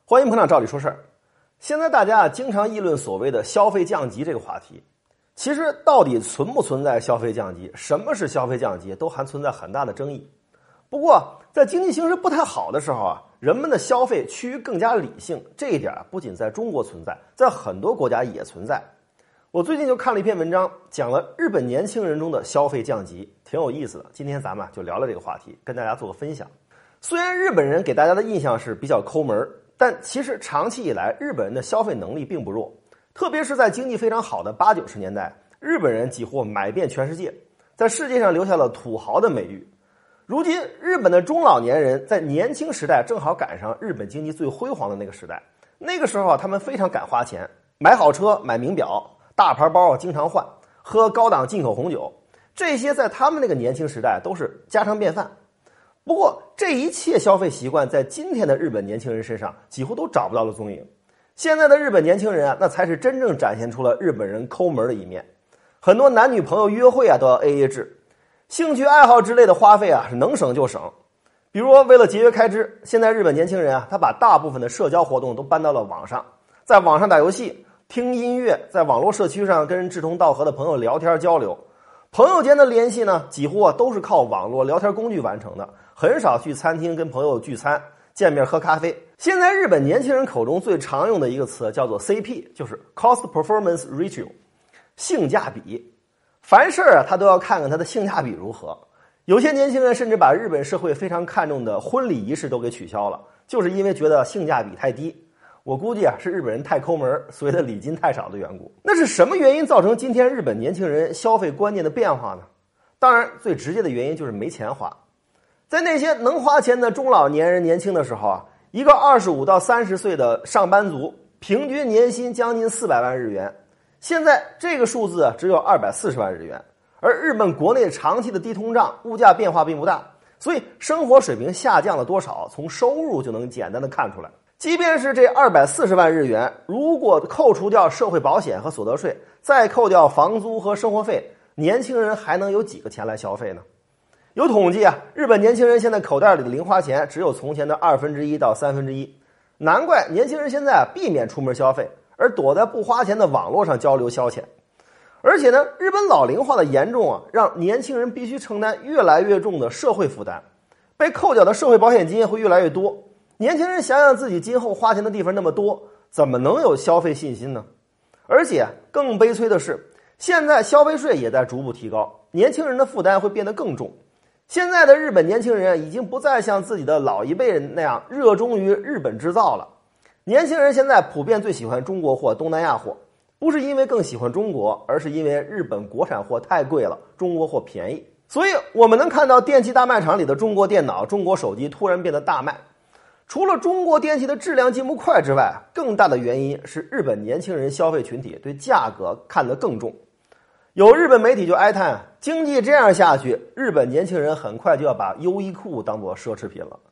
欢迎捧场，照理说事儿。现在大家经常议论所谓的消费降级这个话题，其实到底存不存在消费降级，什么是消费降级，都还存在很大的争议。不过在经济形势不太好的时候啊，人们的消费趋于更加理性，这一点不仅在中国存在，在很多国家也存在。我最近就看了一篇文章，讲了日本年轻人中的消费降级，挺有意思的。今天咱们就聊聊这个话题，跟大家做个分享。虽然日本人给大家的印象是比较抠门，但其实长期以来日本人的消费能力并不弱，特别是在经济非常好的80、90年代，日本人几乎买遍全世界，在世界上留下了土豪的美誉。如今日本的中老年人在年轻时代正好赶上日本经济最辉煌的那个时代，那个时候他们非常敢花钱，买好车，买名表，大牌包经常换，喝高档进口红酒，这些在他们那个年轻时代都是家常便饭。不过这一切消费习惯在今天的日本年轻人身上几乎都找不到了踪影。现在的日本年轻人那才是真正展现出了日本人抠门的一面。很多男女朋友约会都要 AA 制，兴趣爱好之类的花费是能省就省。比如为了节约开支，现在日本年轻人他把大部分的社交活动都搬到了网上，在网上打游戏、听音乐，在网络社区上跟志同道合的朋友聊天交流。朋友间的联系呢，几乎都是靠网络聊天工具完成的，很少去餐厅跟朋友聚餐、见面喝咖啡。现在日本年轻人口中最常用的一个词叫做 CP， 就是 Cost Performance Ratio， 性价比。凡事他都要看看他的性价比如何。有些年轻人甚至把日本社会非常看重的婚礼仪式都给取消了，就是因为觉得性价比太低。我估计是日本人太抠门，所谓的礼金太少的缘故。那是什么原因造成今天日本年轻人消费观念的变化呢？当然最直接的原因就是没钱花。在那些能花钱的中老年人年轻的时候一个25到30岁的上班族平均年薪将近400万日元，现在这个数字只有240万日元。而日本国内长期的低通胀，物价变化并不大，所以生活水平下降了多少，从收入就能简单的看出来。即便是这240万日元，如果扣除掉社会保险和所得税，再扣掉房租和生活费，年轻人还能有几个钱来消费呢？有统计日本年轻人现在口袋里的零花钱只有从前的1/2到1/3，难怪年轻人现在避免出门消费，而躲在不花钱的网络上交流消遣。而且呢，日本老龄化的严重让年轻人必须承担越来越重的社会负担，被扣缴的社会保险金会越来越多。年轻人想想自己今后花钱的地方那么多，怎么能有消费信心呢？而且更悲催的是，现在消费税也在逐步提高，年轻人的负担会变得更重。现在的日本年轻人已经不再像自己的老一辈人那样热衷于日本制造了，年轻人现在普遍最喜欢中国货、东南亚货，不是因为更喜欢中国，而是因为日本国产货太贵了，中国货便宜。所以我们能看到电器大卖场里的中国电脑、中国手机突然变得大卖。除了中国电器的质量进步快之外，更大的原因是日本年轻人消费群体对价格看得更重。有日本媒体就哀叹，经济这样下去，日本年轻人很快就要把优衣库当作奢侈品了。